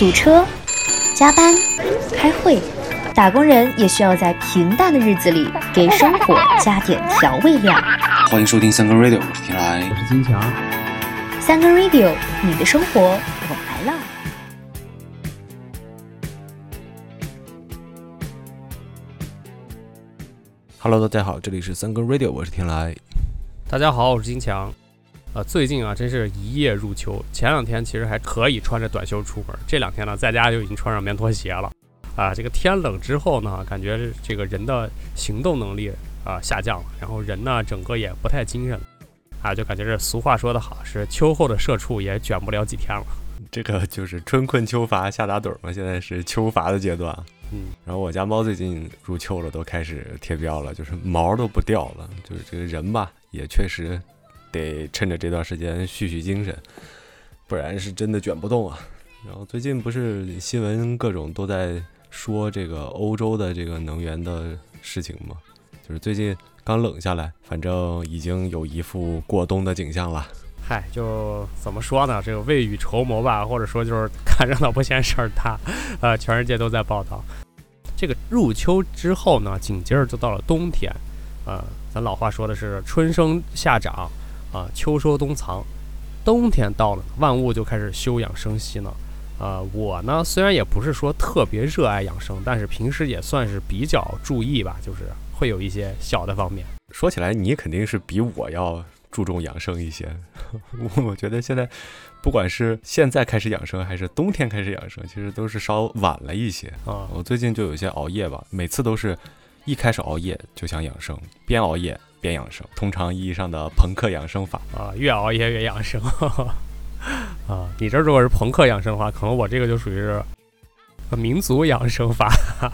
堵车、加班、开会，打工人也需要在平淡的日子里给生活加点调味料。 欢迎收听三根 Radio， 我是天来， 我是金强。 三根 Radio， 你的生活我来了。 Hello， 大家好，这里是三根 Radio， 我是天来。 大家好，我是金强。最近啊，真是一夜入秋。前两天其实还可以穿着短袖出门，这两天呢，在家就已经穿上棉拖鞋了。这个天冷之后呢，感觉这个人的行动能力下降了，然后人呢整个也不太精神了。就感觉这俗话说得好，是秋后的社畜也卷不了几天了。 这个就是春困秋乏夏打盹嘛，现在是秋乏的阶段。然后我家猫最近入秋了，都开始贴标了，就是毛都不掉了，就是这个人吧，也确实得趁着这段时间蓄蓄精神，不然是真的卷不动啊。然后最近不是新闻各种都在说这个欧洲的这个能源的事情吗？就是最近刚冷下来，反正已经有一副过冬的景象了。 就怎么说呢？这个未雨绸缪吧，或者说就是看热闹不嫌事儿大，全世界都在报道。这个入秋之后呢，紧接着就到了冬天，咱老话说的是春生夏长，秋收冬藏。冬天到了，万物就开始休养生息呢。我呢虽然也不是说特别热爱养生，但是平时也算是比较注意吧，就是会有一些小的方面。 说起来，你肯定是比我要注重养生一些。我觉得现在不管是现在开始养生还是冬天开始养生，其实都是稍晚了一些。我最近就有些熬夜吧，每次都是一开始熬夜就想养生，边熬夜边养生，通常意义上的朋克养生法越熬夜越养生。你这如果是朋克养生的话，可能我这个就属于是民族养生法。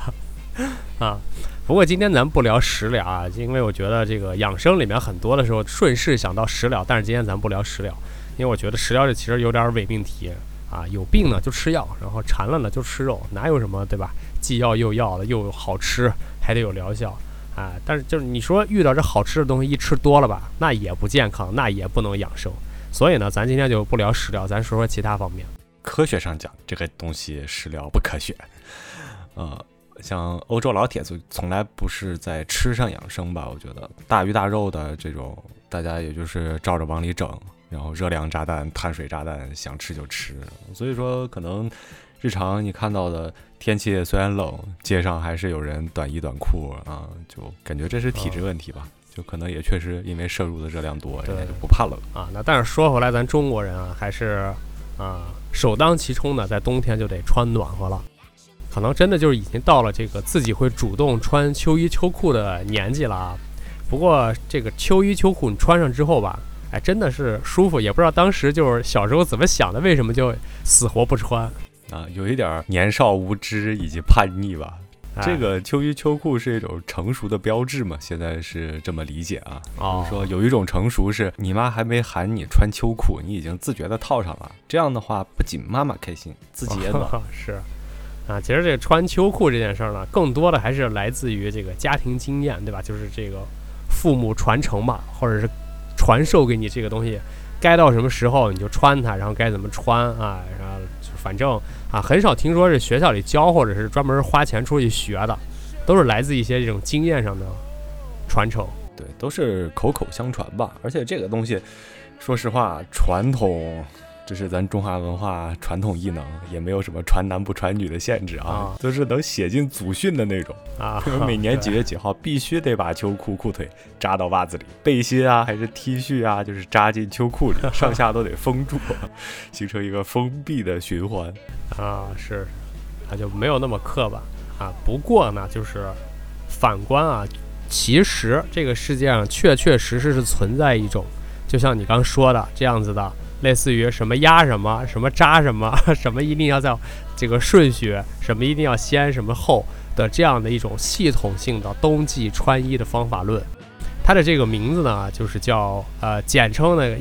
不过今天咱不聊食疗啊，因为我觉得这个养生里面很多的时候顺势想到食疗，但是今天咱不聊食疗，因为我觉得食疗这其实有点伪命题有病呢就吃药，然后馋了呢就吃肉，哪有什么对吧？既要又要的，又好吃还得有疗效但是就是你说遇到这好吃的东西一吃多了吧，那也不健康，那也不能养生。所以呢，咱今天就不聊食疗，咱说说其他方面。 科学上讲，这个东西食疗不科学。像欧洲老铁从来不是在吃上养生吧？我觉得大鱼大肉的这种，大家也就是照着往里整，然后热量炸弹、碳水炸弹，想吃就吃。所以说，可能日常你看到的天气虽然冷，街上还是有人短衣短裤就感觉这是体质问题吧。就可能也确实因为摄入的热量多，人家就不怕冷那但是说回来，咱中国人还是首当其冲的，在冬天就得穿暖和了。可能真的就是已经到了这个自己会主动穿秋衣秋裤的年纪了不过这个秋衣秋裤你穿上之后吧，真的是舒服，也不知道当时就是小时候怎么想的，为什么就死活不穿有一点年少无知以及叛逆吧。这个秋衣秋裤是一种成熟的标志嘛？现在是这么理解就是说有一种成熟是你妈还没喊你穿秋裤，你已经自觉的套上了。这样的话，不仅妈妈开心，自己也暖。 是其实这个穿秋裤这件事呢，更多的还是来自于这个家庭经验，对吧？就是这个父母传承嘛，或者是传授给你这个东西，该到什么时候你就穿它，然后该怎么穿然后反正很少听说是学校里教，或者是专门花钱出去学的，都是来自一些这种经验上的传承。 对，都是口口相传吧。而且这个东西，说实话，传统这是咱中华文化传统艺能，也没有什么传男不传女的限制都是能写进祖训的那种每年几月几号必须得把秋裤裤腿扎到袜子里，背心还是 T 恤就是扎进秋裤里，上下都得封住形成一个封闭的循环是就没有那么刻板不过呢，就是反观其实这个世界上确确实实是存在一种，就像你刚说的这样子的，类似于什么压什么什么扎什么什么一定要在这个顺序，什么一定要先什么后的这样的一种系统性的冬季穿衣的方法论。它的这个名字呢，就是叫简称那个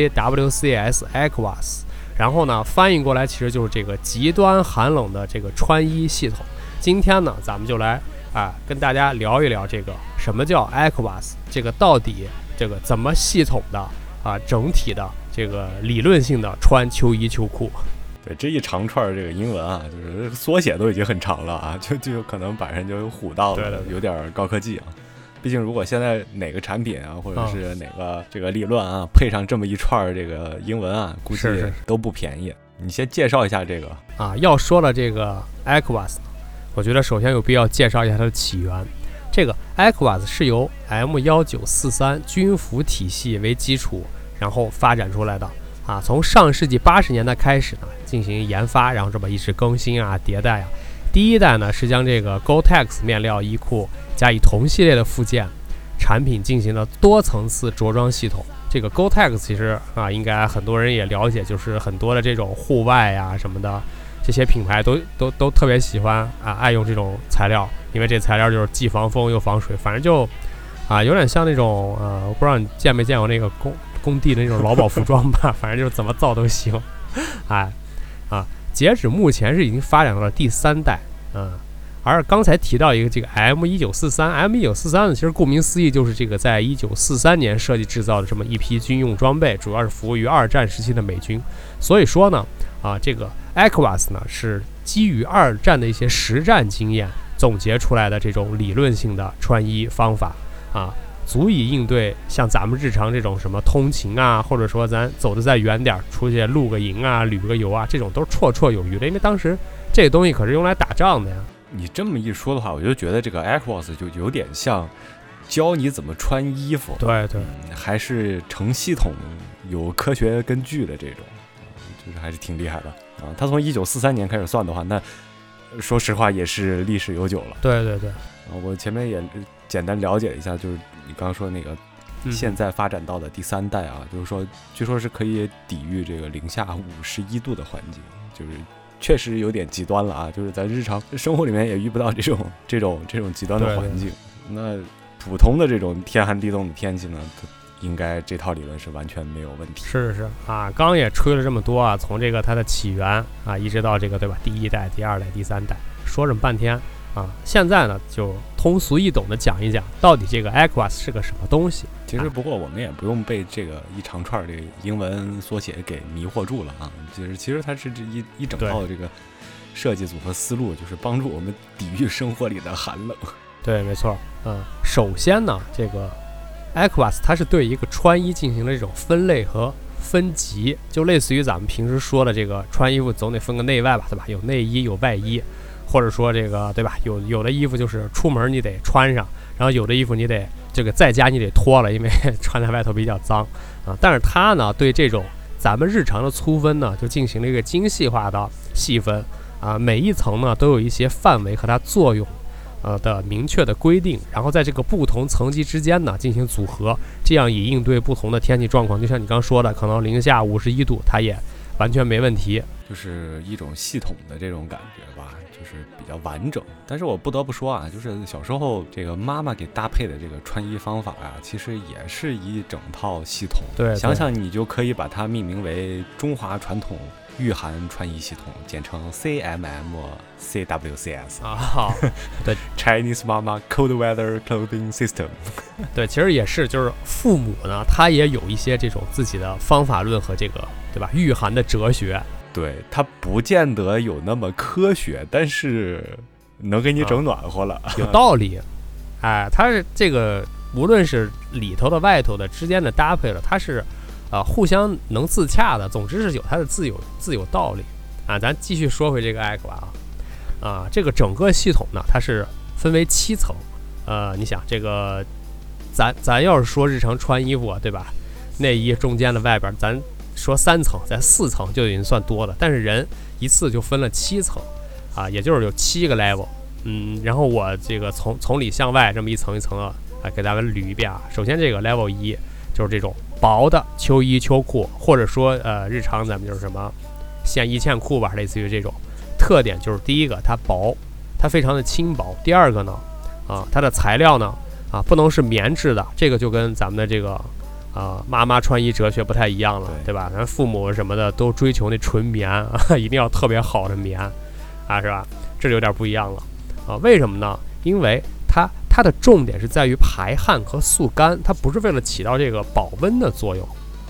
ECWCS ECWAS， 然后呢翻译过来其实就是这个极端寒冷的这个穿衣系统。今天呢，咱们就来跟大家聊一聊这个什么叫 ECWAS， 这个到底这个怎么系统的整体的这个理论性的穿秋衣秋裤。 对，这一长串这个英文啊，就是缩写都已经很长了啊，就可能把人就唬到了，有点高科技啊。毕竟如果现在哪个产品啊，或者是哪个这个理论啊，配上这么一串这个英文啊，估计都不便宜。你先介绍一下这个啊。要说了这个 ECOWAS， 我觉得首先有必要介绍一下它的起源。这个 ECOWAS 是由 M1943 军服体系为基础，然后发展出来的啊。从上世纪80年代开始呢，进行研发，然后这么一直更新啊、迭代啊。第一代呢是将这个 Gore-Tex 面料衣裤加以同系列的附件产品进行了多层次着装系统。这个 Gore-Tex 其实啊，应该很多人也了解，就是很多的这种户外啊什么的这些品牌都特别喜欢啊，爱用这种材料，因为这材料就是既防风又防水，反正就啊有点像那种我不知道你见没见过那个工地的那种劳保服装吧，反正就是怎么造都行，哎啊。截止目前是已经发展到了第3代，而刚才提到一个这个 M1943 呢，其实顾名思义就是这个在1943年设计制造的这么一批军用装备，主要是服务于2战时期的美军。所以说呢，这个 ECOWAS 呢是基于2战的一些实战经验总结出来的这种理论性的穿衣方法啊。足以应对像咱们日常这种什么通勤啊，或者说咱走得再远点出去露个营啊、旅个游啊，这种都是绰绰有余的，因为当时这个东西可是用来打仗的呀。 你这么一说的话，我就觉得这个 ECOWAS 就有点像教你怎么穿衣服， 对对， 还是成系统、有科学根据的这种，就是还是挺厉害的啊。他从1943年开始算的话，那说实话也是历史悠久了。 对对对， 我前面也简单了解一下，就是你刚刚说那个现在发展到的第3代啊，就是说据说是可以抵御这个零下51度的环境，就是确实有点极端了啊，就是在日常生活里面也遇不到这种极端的环境。对对，那普通的这种天寒地冻的天气呢，应该这套理论是完全没有问题。 是啊，刚刚也吹了这么多啊，从这个它的起源啊，一直到这个对吧，第1代、第2代、第3代，说这么半天啊，现在呢就通俗易懂的讲一讲，到底这个 ECOWAS 是个什么东西。 其实不过我们也不用被这个一长串这个英文缩写给迷惑住了啊，就是其实它是这一整套这个设计组合思路，就是帮助我们抵御生活里的寒冷。 对，没错。首先呢，这个 ECOWAS 它是对一个穿衣进行了这种分类和分级，就类似于咱们平时说的这个穿衣服总得分个内外吧，对吧？有内衣有外衣，或者说这个对吧？有的衣服就是出门你得穿上，然后有的衣服你得这个在家你得脱了，因为穿在外头比较脏啊。但是它呢对这种咱们日常的粗分呢就进行了一个精细化的细分啊，每一层呢都有一些范围和它作用的明确的规定，然后在这个不同层级之间呢进行组合，这样以应对不同的天气状况。就像你刚说的，可能零下51度它也完全没问题， 就是一种系统的这种感觉吧，就是比较完整。但是我不得不说啊，就是小时候这个妈妈给搭配的这个穿衣方法啊，其实也是一整套系统。 对， 想想你就可以把它命名为中华传统御寒穿衣系统，简称 CMM-CWCS 啊，对 ，Chinese Mama Cold Weather Clothing System 。 对，其实也是，就是父母呢，他也有一些这种自己的方法论和这个对吧，御寒的哲学。 对，它不见得有那么科学，但是能给你整暖和了， 有道理。哎，它是这个无论是里头的外头的之间的搭配了，它是互相能自洽的，总之是有它的自有道理啊。咱继续说回这个 ECOWAS 啊，这个整个系统呢，它是分为7层。你想这个咱要是说日常穿衣服啊，对吧？内衣中间的外边，咱说3层，在4层就已经算多了，但是人一次就分了7层啊，也就是有7个 level。然后我这个从里向外这么一层一层的给咱们捋一遍啊。首先这个 level 1就是这种薄的秋衣秋裤，或者说日常咱们就是什么线衣线裤吧，类似于这种。特点就是第一个它薄，它非常的轻薄。第二个呢它的材料呢不能是棉质的，这个就跟咱们的这个妈妈穿衣哲学不太一样了，对吧？咱父母什么的都追求那纯棉一定要特别好的棉是吧？这就有点不一样了为什么呢？因为它的重点是在于排汗和速干，它不是为了起到这个保温的作用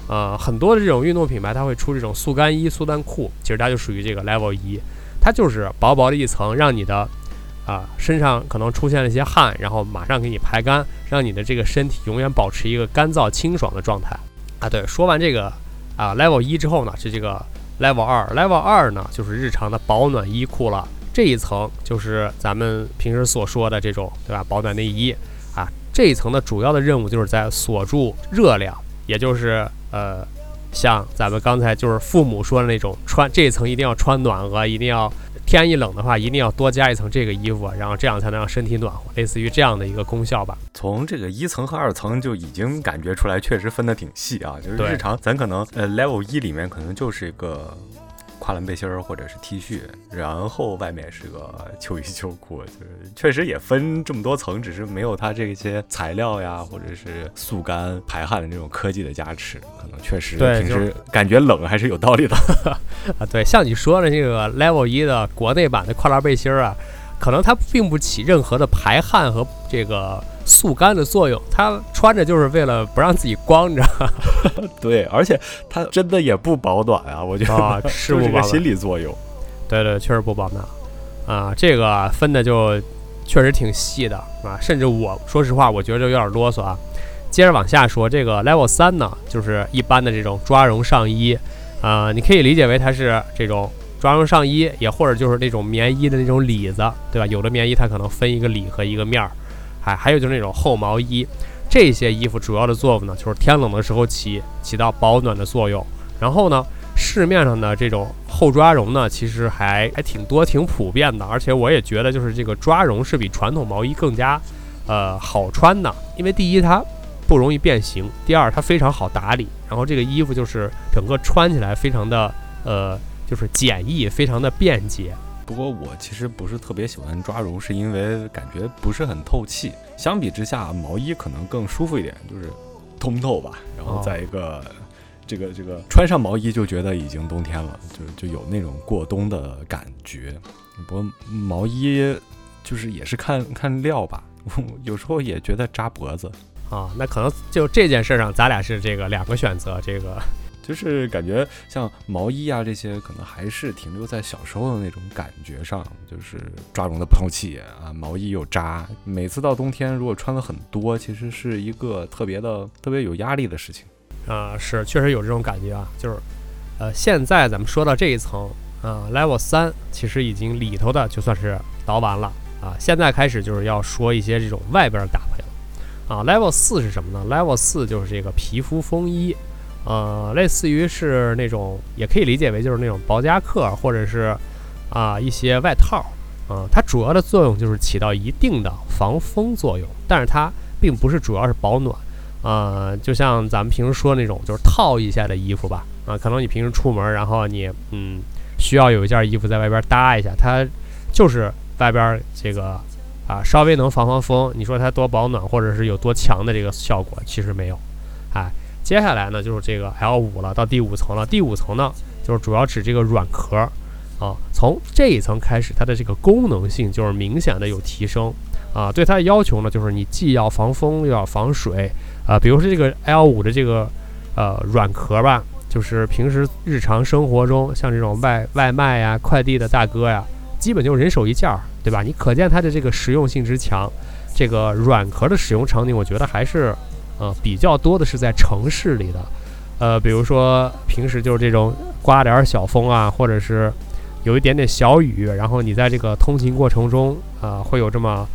很多的这种运动品牌它会出这种速干衣、速干裤，其实它就属于这个 Level 1，它就是薄薄的一层，让你的身上可能出现了一些汗，然后马上给你排干，让你的这个身体永远保持一个干燥清爽的状态啊。对，说完这个Level 1之后呢，是这个 Level 2，Level 2呢就是日常的保暖衣裤了。这一层就是咱们平时所说的这种，对吧？保暖内衣啊，这一层的主要的任务就是在锁住热量，也就是像咱们刚才就是父母说的那种，穿这一层一定要穿暖和，一定要天一冷的话，一定要多加一层这个衣服，然后这样才能让身体暖和，类似于这样的一个功效吧。 从这个1层和2层就已经感觉出来，确实分得挺细啊。就是日常咱可能Level 1里面可能就是一个跨栏背心儿或者是 T 恤，然后外面是个秋衣秋裤，就是确实也分这么多层，只是没有它这些材料呀或者是速干排汗的这种科技的加持，可能确实平时感觉冷还是有道理的啊。对，像你说的这个 Level 1的国内版的跨栏背心啊，可能它并不起任何的排汗和这个速干的作用，它穿着就是为了不让自己光着对，而且它真的也不保暖啊，我觉得是不保暖， 心理作用。 对，确实不保暖啊。这个分的就确实挺细的啊，甚至我说实话，我觉得就有点啰嗦啊。接着往下说，这个 Level 3呢，就是一般的这种抓绒上衣你可以理解为它是这种抓绒上衣，也或者就是那种棉衣的那种里子，对吧？有的棉衣它可能分一个里和一个面儿，还有就是那种厚毛衣。这些衣服主要的作用呢，就是天冷的时候起到保暖的作用。然后呢，市面上的这种厚抓绒呢，其实还挺多、挺普遍的。而且我也觉得，就是这个抓绒是比传统毛衣更加好穿的，因为第一它不容易变形，第二它非常好打理。然后这个衣服就是整个穿起来非常的就是简易，非常的便捷。 不过我其实不是特别喜欢抓绒，是因为感觉不是很透气。相比之下，毛衣可能更舒服一点，就是通透吧。然后再一个，这个穿上毛衣就觉得已经冬天了，就有那种过冬的感觉。不过毛衣就是也是看料吧，有时候也觉得扎脖子啊。那可能就这件事上，咱俩是这个两个选择，这个。 就是感觉像毛衣啊这些，可能还是停留在小时候的那种感觉上，就是抓绒的不透气啊，毛衣又扎。每次到冬天，如果穿了很多，其实是一个特别有压力的事情。 是确实有这种感觉啊。就是现在咱们说到这一层Level 3，其实已经里头的就算是倒完了啊。现在开始就是要说一些这种外边搭配了啊。Level 4是什么呢 ？Level 4就是这个皮肤风衣。类似于是那种，也可以理解为就是那种薄夹克，或者是一些外套它主要的作用就是起到一定的防风作用，但是它并不是主要是保暖就像咱们平时说那种就是套一下的衣服吧可能你平时出门，然后你需要有一件衣服在外边搭一下，它就是外边这个稍微能防风，你说它多保暖或者是有多强的这个效果，其实没有。接下来呢就是这个 L5 了，到第5层了。第5层呢就是主要指这个软壳从这一层开始，它的这个功能性就是明显的有提升对它的要求呢，就是你既要防风又要防水比如说这个 L5 的这个软壳吧，就是平时日常生活中像这种外卖呀、快递的大哥呀，基本就人手一件，对吧？你可见它的这个实用性之强。这个软壳的使用场景，我觉得还是比较多的是在城市里的，比如说平时就是这种刮点小风或者是有一点点小雨，然后你在这个通勤过程中会有这么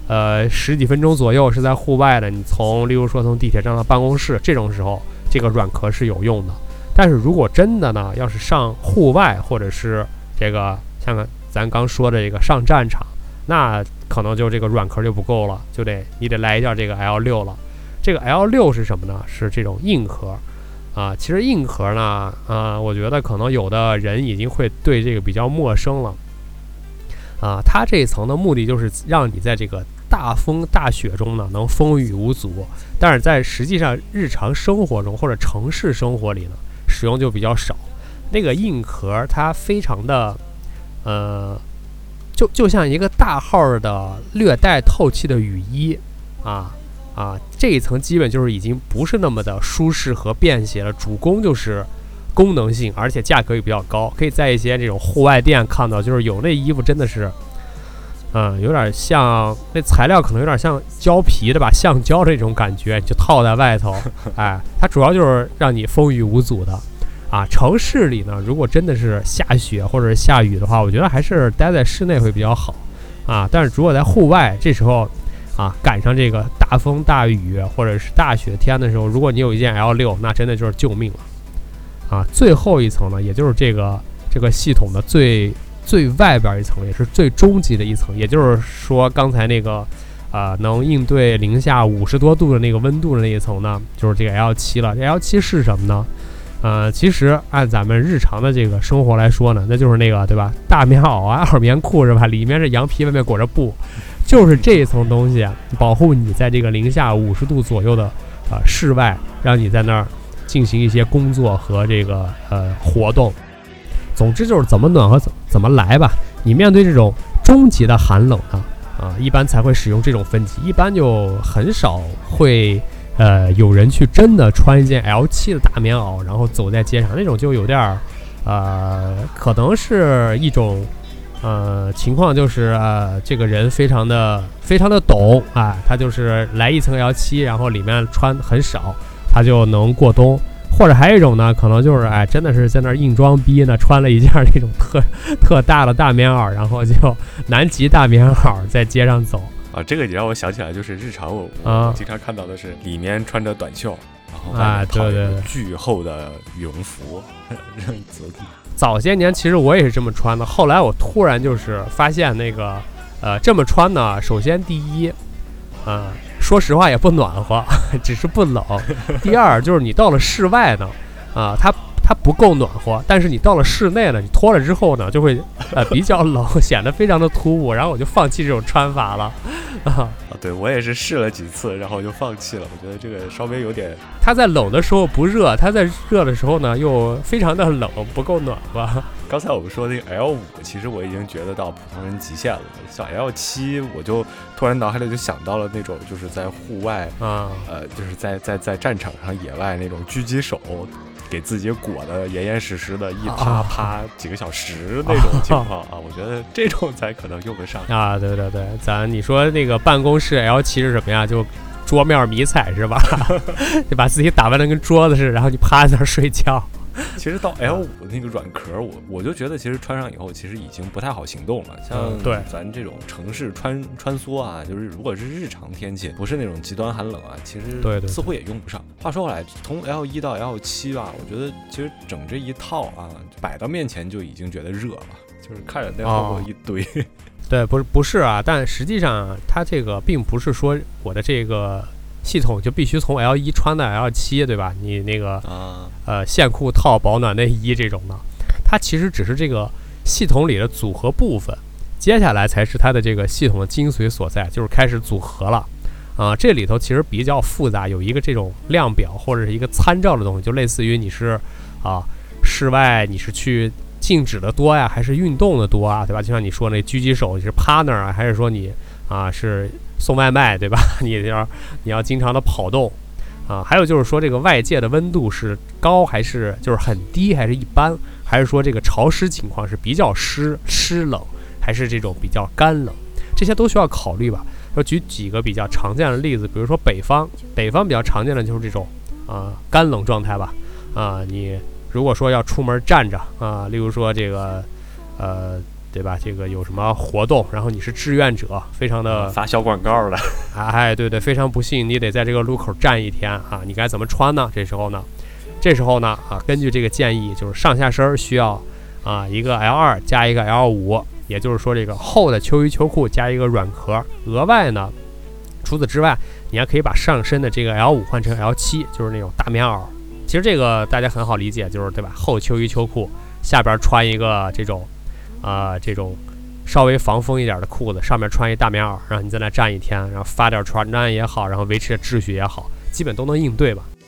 10几分钟左右是在户外的，你例如说从地铁站到办公室，这种时候这个软壳是有用的。但是如果真的呢，要是上户外，或者是这个像咱刚说的这个上战场，那可能就这个软壳就不够了，你得来一件这个 L6 了。这个 L6是什么呢？是这种硬壳其实硬壳呢我觉得可能有的人已经会对这个比较陌生了它这一层的目的就是让你在这个大风大雪中呢能风雨无阻，但是在实际上日常生活中或者城市生活里呢使用就比较少。那个硬壳它非常的就像一个大号的略带透气的雨衣这一层基本就是已经不是那么的舒适和便携了，主攻就是功能性，而且价格也比较高，可以在一些这种户外店看到，就是有那衣服真的是有点像那材料可能有点像胶皮的吧，橡胶这种感觉，你就套在外头它主要就是让你风雨无阻的城市里呢，如果真的是下雪或者是下雨的话，我觉得还是待在室内会比较好但是如果在户外这时候赶上这个大风大雨或者是大雪天的时候，如果你有一件 L6， 那真的就是救命了最后一层呢，也就是这个系统的最外边一层，也是最终极的一层，也就是说刚才那个能应对零下50多度的那个温度的那一层呢，就是这个 L7 了。这 L7 是什么呢？其实按咱们日常的这个生活来说呢，那就是那个对吧，大棉袄耳棉裤是吧，里面是羊皮，外面裹着布，就是这一层东西保护你在这个零下50度左右的室外，让你在那儿进行一些工作和这个活动。总之就是怎么暖和怎么来吧。你面对这种终极的寒冷呢一般才会使用这种分级，一般就很少会有人去真的穿一件 L7 的大棉袄然后走在街上，那种就有点可能是一种情况，就是这个人非常的懂他就是来一层 L7， 然后里面穿很少，他就能过冬。或者还有一种呢，可能就是真的是在那儿硬装逼呢，穿了一件那种特大的大棉袄，然后就南极大棉袄在街上走这个也让我想起来，就是日常我经常看到的是里面穿着短袖，然后外面套一个巨厚的羽绒服早些年其实我也是这么穿的，后来我突然就是发现那个这么穿呢，首先第一说实话也不暖和，只是不冷。第二就是你到了室外呢它不够暖和，但是你到了室内呢，你脱了之后呢就会比较冷，显得非常的突兀，然后我就放弃这种穿法了对，我也是试了几次然后就放弃了，我觉得这个稍微有点， 它在冷的时候不热，它在热的时候呢又非常的冷，不够暖和。 刚才我们说那个 L5 其实我已经觉得到普通人极限了，像 L7 我就突然脑海里就想到了那种就是在户外就是在战场上野外那种狙击手给自己裹得严严实实的，一趴几个小时那种情况我觉得这种才可能用得上对，你说那个办公室 L7 是什么呀？就桌面迷彩是吧？就把自己打扮得跟桌子似的，然后你趴在那儿睡觉。 其实到 L5 那个软壳，我就觉得其实穿上以后其实已经不太好行动了。像咱这种城市穿梭就是如果是日常天气，不是那种极端寒冷其实似乎也用不上。话说回来，从 L1 到 L7 吧，我觉得其实整这一套摆到面前就已经觉得热了，就是看着那后面一堆。 对，不是但实际上它这个并不是说我的这个系统就必须从 L1 穿到 L7， 对吧？你那个线裤套保暖内衣这种的，它其实只是这个系统里的组合部分，接下来才是它的这个系统的精髓所在，就是开始组合了这里头其实比较复杂，有一个这种量表或者是一个参照的东西，就类似于你是室外你是去静止的多呀，还是运动的多对吧？就像你说那狙击手，你是趴那儿还是说你是送外卖，对吧？你要经常的跑动还有就是说这个外界的温度是高还是就是很低，还是一般，还是说这个潮湿情况是比较湿冷，还是这种比较干冷，这些都需要考虑吧。说举几个比较常见的例子，比如说北方比较常见的就是这种干冷状态吧你如果说要出门站着例如说这个对吧？这个有什么活动，然后你是志愿者，非常的发小广告的对，非常不幸，你得在这个路口站一天你该怎么穿呢？这时候呢根据这个建议，就是上下身需要一个 L2 加一个 L5， 也就是说这个厚的秋衣秋裤加一个软壳。额外呢，除此之外，你还可以把上身的这个 L5 换成 L7， 就是那种大棉袄。其实这个大家很好理解，就是对吧？厚秋衣秋裤，下边穿一个这种稍微防风一点的裤子，上面穿一大棉袄，然后你在那站一天，然后发点传单也好，然后维持秩序也好，基本都能应对吧。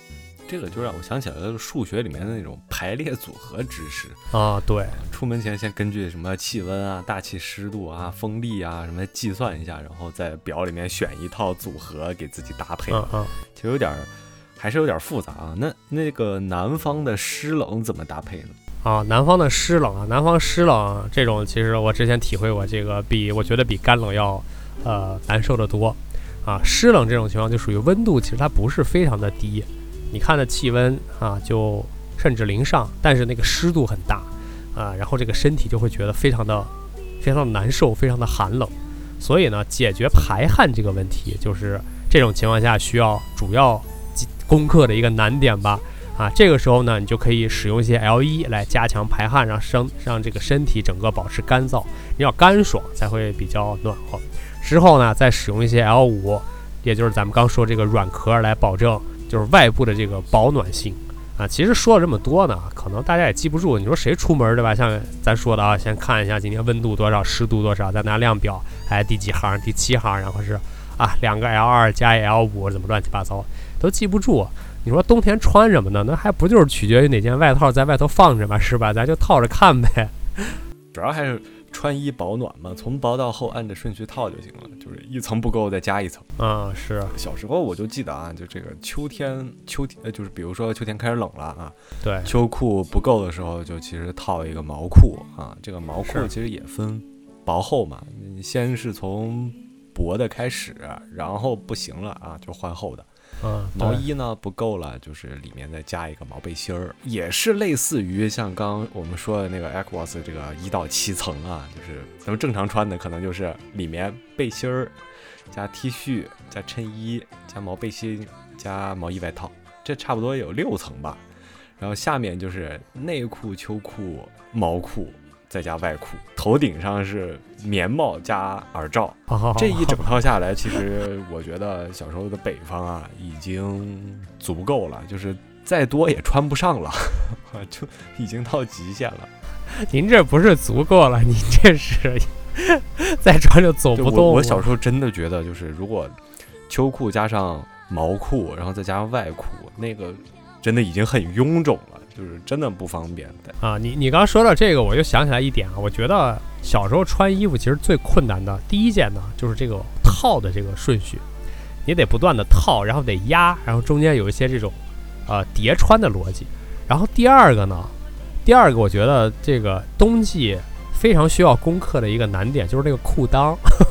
这个就让我想起来了数学里面的那种排列组合知识啊。对， 出门前先根据什么气温啊、大气湿度啊、风力啊什么计算一下，然后在表里面选一套组合给自己搭配。其实还是有点复杂啊。那个南方的湿冷怎么搭配呢？ 啊，南方的湿冷啊，南方湿冷这种，其实我之前体会过，这个我觉得比干冷要难受得多啊。湿冷这种情况就属于温度其实它不是非常的低，你看的气温啊就甚至零上，但是那个湿度很大啊，然后这个身体就会觉得非常的难受，非常的寒冷。所以呢，解决排汗这个问题，就是这种情况下需要主要攻克的一个难点吧。啊，这个时候呢，你就可以使用一些 L1 来加强排汗，让这个身体整个保持干燥，你要干爽才会比较暖和。之后呢，再使用一些 L5，也就是咱们刚说这个软壳来保证就是外部的这个保暖性。啊，其实说了这么多呢，可能大家也记不住。你说谁出门对吧？像咱说的啊，先看一下今天温度多少，湿度多少，再拿量表，第几行，第7行，然后是2个 L2 加 L5，怎么乱七八糟都记不住。你说冬天穿什么呢？那还不就是取决于哪件外套在外头放着嘛，是吧？咱就套着看呗。 主要还是穿衣保暖嘛，从薄到厚按着顺序套就行了，就是一层不够再加一层。 是。小时候我就记得啊，就这个秋天就是比如说秋天开始冷了啊， 对， 秋裤不够的时候就其实套一个毛裤啊。这个毛裤其实也分薄厚嘛，你先是从薄的开始，然后不行了啊就换厚的。毛衣呢不够了，就是里面再加一个毛背心儿，也是类似于像刚我们说的那个 Aquos 这个1到7层啊，就是咱们正常穿的可能就是里面背心儿加 T 恤加衬衣加毛背心加毛衣外套，这差不多有6层吧。然后下面就是内裤、秋裤、毛裤再加外裤，头顶上是棉帽加耳罩。这一整套下来，其实我觉得小时候的北方啊已经足够了，就是再多也穿不上了，就已经到极限了。 您这不是足够了，您这是再穿就走不动了。 我小时候真的觉得，就是如果秋裤加上毛裤，然后再加上外裤，那个真的已经很臃肿了。就是真的不方便啊！你刚说到这个，我就想起来一点啊，我觉得小时候穿衣服其实最困难的第一件呢，就是这个套的这个顺序，你得不断的套，然后得压，然后中间有一些这种叠穿的逻辑。然后第二个我觉得这个冬季非常需要攻克的一个难点就是这个裤裆，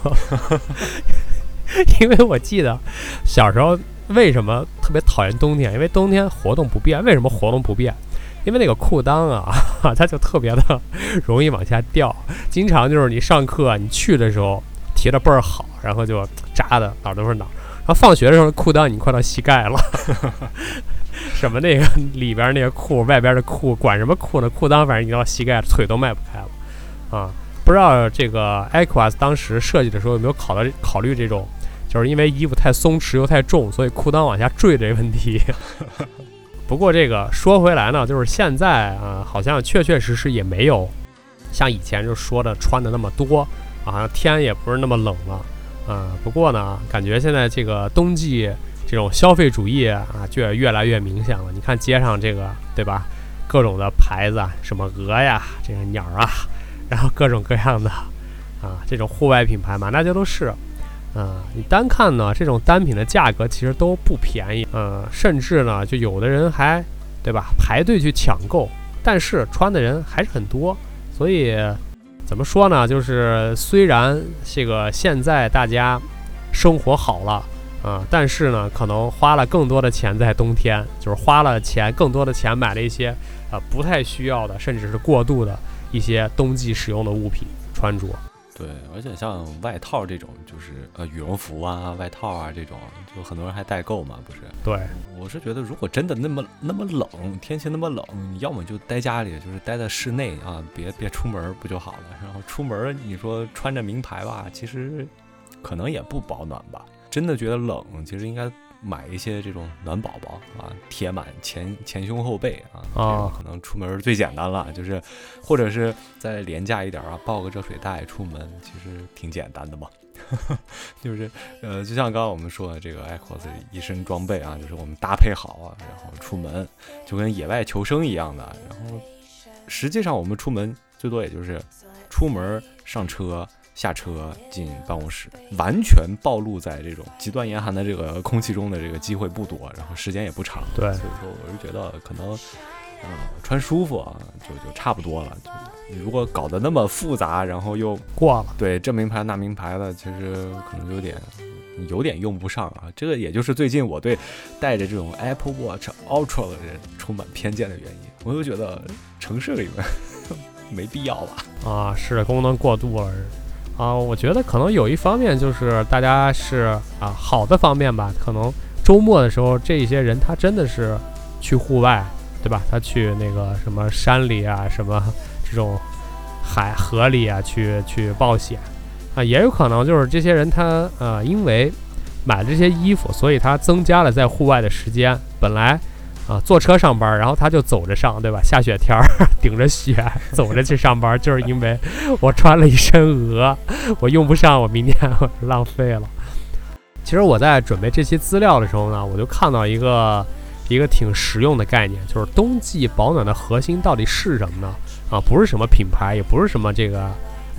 因为我记得小时候为什么特别讨厌冬天，因为冬天活动不便。为什么活动不便？因为那个裤裆啊，它就特别的容易往下掉，经常就是你上课你去的时候提的倍儿好，然后就扎的哪儿都是哪儿，然后放学的时候裤裆已经快到膝盖了，什么那个里边那个裤，外边的裤，管什么裤呢？裤裆反正已经到膝盖，腿都迈不开了啊！不知道这个 Aquos 当时设计的时候有没有考虑这种，就是因为衣服太松弛又太重，所以裤裆往下坠这个问题。不过这个说回来呢，就是现在好像确实也没有像以前就说的穿的那么多，好像天也不是那么冷了不过呢，感觉现在这个冬季这种消费主义就越来越明显了。你看街上这个对吧，各种的牌子，什么鹅呀，这个鸟啊，然后各种各样的这种户外品牌嘛，那就都是。你单看呢，这种单品的价格其实都不便宜，甚至呢，就有的人还，对吧，排队去抢购，但是穿的人还是很多。所以怎么说呢，就是虽然这个现在大家生活好了但是呢，可能花了更多的钱在冬天，就是花了更多的钱买了一些不太需要的，甚至是过度的一些冬季使用的物品穿着。 对，而且像外套这种，就是羽绒服啊、外套啊这种，就很多人还代购嘛，不是？ 对， 我是觉得，如果真的那么冷，天气那么冷，你要么就待家里，就是待在室内啊，别出门不就好了？然后出门，你说穿着名牌吧，其实可能也不保暖吧。真的觉得冷，其实应该买一些这种暖宝宝贴满前胸后背可能出门最简单了，就是或者是再廉价一点抱个热水袋出门，其实挺简单的嘛。 就是就像刚刚我们说的这个 IQOS 一身装备啊，就是我们搭配好啊，然后出门就跟野外求生一样的。然后实际上我们出门最多也就是出门上车下车进办公室，完全暴露在这种极端严寒的这个空气中的这个机会不多，然后时间也不长。 对， 所以说我是觉得可能穿舒服啊就差不多了。就你如果搞得那么复杂，然后又过了， 对这名牌那名牌的，其实可能有点用不上啊。这个也就是最近我对带着这种 Apple Watch Ultra 的人充满偏见的原因。我就觉得城市里面没必要吧。 啊，是功能过度了。我觉得可能有一方面就是大家是好的方面吧，可能周末的时候这一些人他真的是去户外，对吧？他去那个什么山里啊，什么这种河里啊，去冒险啊，也有可能就是这些人他因为买了这些衣服，所以他增加了在户外的时间。本来坐车上班，然后他就走着上，对吧？下雪天顶着雪走着去上班，就是因为我穿了一身鹅，我用不上，我明天我浪费了。其实我在准备这期资料的时候呢，我就看到一个挺实用的概念，就是冬季保暖的核心到底是什么呢？不是什么品牌，也不是什么这个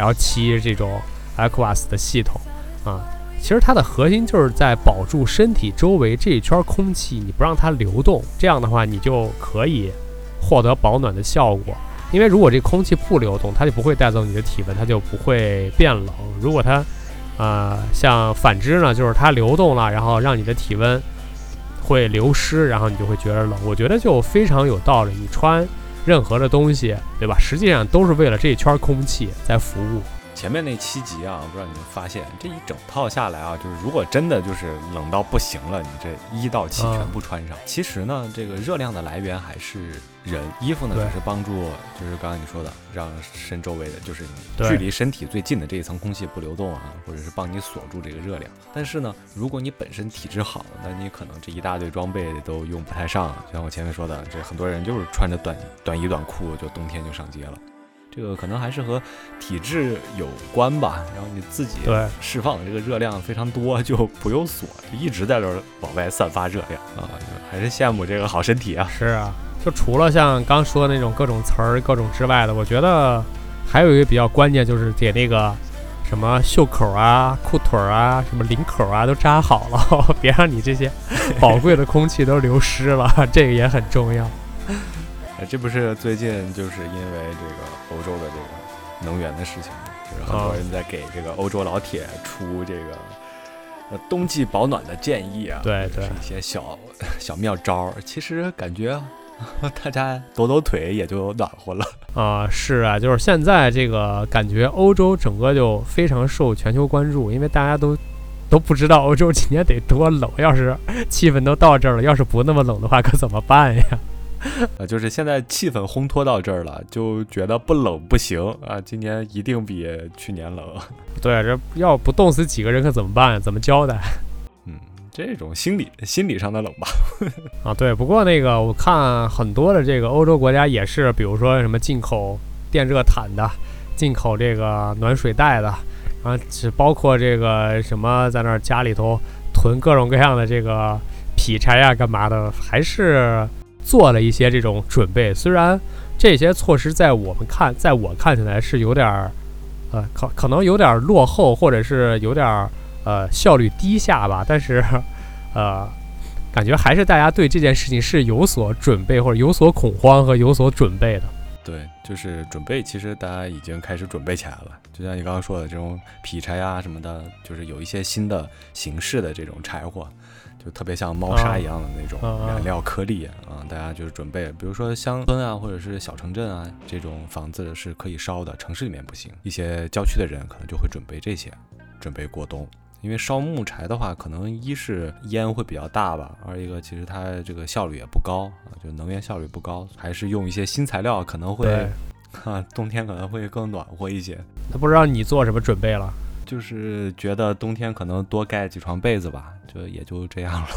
L7 这种 IQOS 的系统其实它的核心就是在保住身体周围这一圈空气，你不让它流动，这样的话你就可以获得保暖的效果。因为如果这空气不流动，它就不会带走你的体温，它就不会变冷。如果它像反之呢，就是它流动了，然后让你的体温会流失，然后你就会觉得冷。我觉得就非常有道理。你穿任何的东西，对吧？实际上都是为了这一圈空气在服务。 前面那7集啊，不知道你们发现这一整套下来啊，就是如果真的就是冷到不行了，你这1到7全部穿上，其实呢，这个热量的来源还是人，衣服呢只是帮助，就是刚才你说的，让身周围的，就是你距离身体最近的这一层空气不流动啊，或者是帮你锁住这个热量。但是呢，如果你本身体质好，那你可能这一大堆装备都用不太上。就像我前面说的，这很多人就是穿着短衣短裤，就冬天就上街了。这个可能还是和体质有关吧，然后你自己释放的这个热量非常多，就不用锁，就一直在这往外散发热量还是羡慕这个好身体啊。 是啊，就除了像刚说的那种各种词儿各种之外的，我觉得还有一个比较关键，就是给那个什么袖口啊、裤腿啊、什么领口啊都扎好了，别让你这些宝贵的空气都流失了，这个也很重要。 这不是最近就是因为这个欧洲的这个能源的事情，就是很多人在给这个欧洲老铁出这个冬季保暖的建议啊， 对， 一些小妙招。其实感觉大家抖腿也就暖和了是啊，就是现在这个感觉欧洲整个就非常受全球关注，因为大家都不知道欧洲今年得多冷，要是气氛都到这儿了，要是不那么冷的话可怎么办呀？ 就是现在气氛烘托到这儿了，就觉得不冷不行啊！今年一定比去年冷。 对，这要不冻死几个人可怎么办？怎么交代？ 这种心理上的冷吧。 对。不过那个我看很多的这个欧洲国家也是，比如说什么进口电热毯的，进口这个暖水袋的，然后只包括这个什么在那儿家里头囤各种各样的这个劈柴呀干嘛的，还是做了一些这种准备。虽然这些措施在我看起来是有点可能有点落后，或者是有点效率低下吧，但是感觉还是大家对这件事情是有所准备，或者有所恐慌和有所准备的。 对，就是准备，其实大家已经开始准备起来了。就像你刚刚说的这种劈柴啊什么的，就是有一些新的形式的这种柴火，就特别像猫砂一样的那种燃料颗粒大家就是准备，比如说乡村啊或者是小城镇啊，这种房子是可以烧的，城市里面不行。一些郊区的人可能就会准备这些，准备过冬。因为烧木柴的话，可能一是烟会比较大吧，二一个其实它这个效率也不高就能源效率不高，还是用一些新材料可能会冬天可能会更暖和一些。 那不知道你做什么准备了？ 就是觉得冬天可能多盖几床被子吧，就也就这样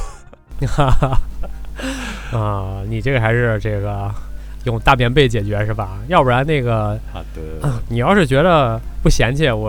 了。 你这个还是这个用大棉被解决是吧？要不然那个你要是觉得不嫌弃，我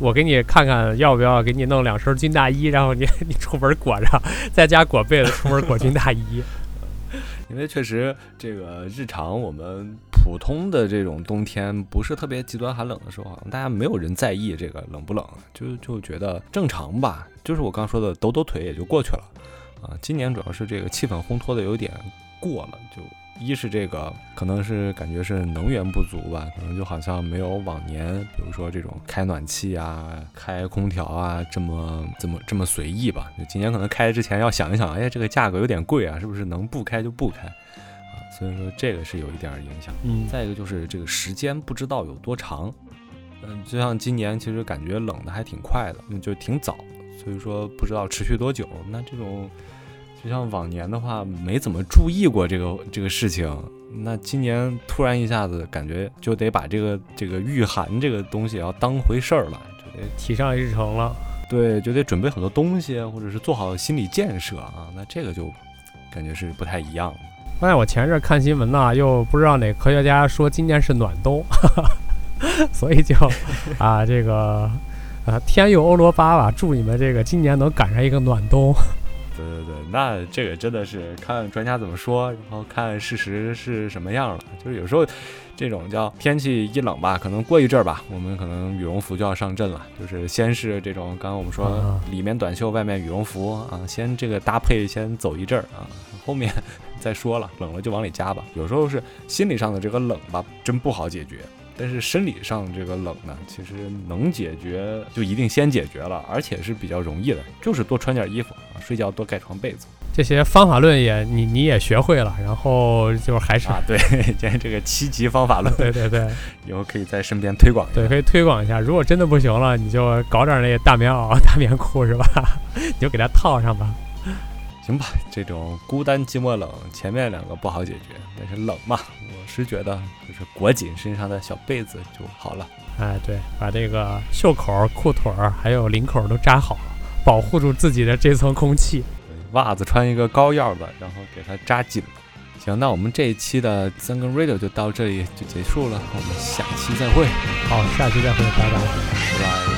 我给你看看要不要给你弄2身军大衣，然后你出门裹上，在家裹被子，出门裹军大衣。 因为确实这个日常我们普通的这种冬天不是特别极端寒冷的时候，好像大家没有人在意这个冷不冷，就觉得正常吧，就是我刚说的抖抖腿也就过去了啊。今年主要是这个气氛烘托的有点过了，就一是这个可能是感觉是能源不足吧，可能就好像没有往年比如说这种开暖气啊开空调啊这么随意吧，就今年可能开之前要想一想，哎，这个价格有点贵啊，是不是能不开就不开啊，所以说这个是有一点影响。再一个就是这个时间不知道有多长，就像今年其实感觉冷的还挺快的，就挺早的，所以说不知道持续多久。那这种就像往年的话没怎么注意过这个事情，那今年突然一下子感觉就得把这个御寒这个东西要当回事儿了，就得提上日程了。 对，就得准备很多东西，或者是做好心理建设啊，那这个就感觉是不太一样的。 发现我前阵看新闻呢，又不知道哪科学家说今年是暖冬，所以就这个天佑欧罗巴吧，祝你们这个今年能赶上一个暖冬。 对，那这个真的是看专家怎么说，然后看事实是什么样了。就是有时候这种叫天气一冷吧，可能过一阵儿吧，我们可能羽绒服就要上阵了。就是先是这种刚刚我们说里面短袖外面羽绒服啊，先这个搭配先走一阵儿啊，后面再说了，冷了就往里加吧。有时候是心理上的这个冷吧，真不好解决。但是生理上这个冷呢，其实能解决就一定先解决了，而且是比较容易的，就是多穿点衣服啊，睡觉多盖床被子。 这些方法论你也学会了，然后就还是对，今天这个7级方法论， 对， 以后可以在身边推广一下。 对，可以推广一下。如果真的不行了，你就搞点那大棉袄、大棉裤是吧？你就给它套上吧。 行吧，这种孤单寂寞冷，前面2个不好解决，但是冷嘛，我是觉得就是裹紧身上的小被子就好了。 对，把这个袖口、裤腿还有领口都扎好了，保护住自己的这层空气。 袜子穿一个高腰的，然后给它扎紧了。行，那我们这一期的3更 Radio 就到这里就结束了，我们下期再会。 好，下期再会，拜拜。 拜拜。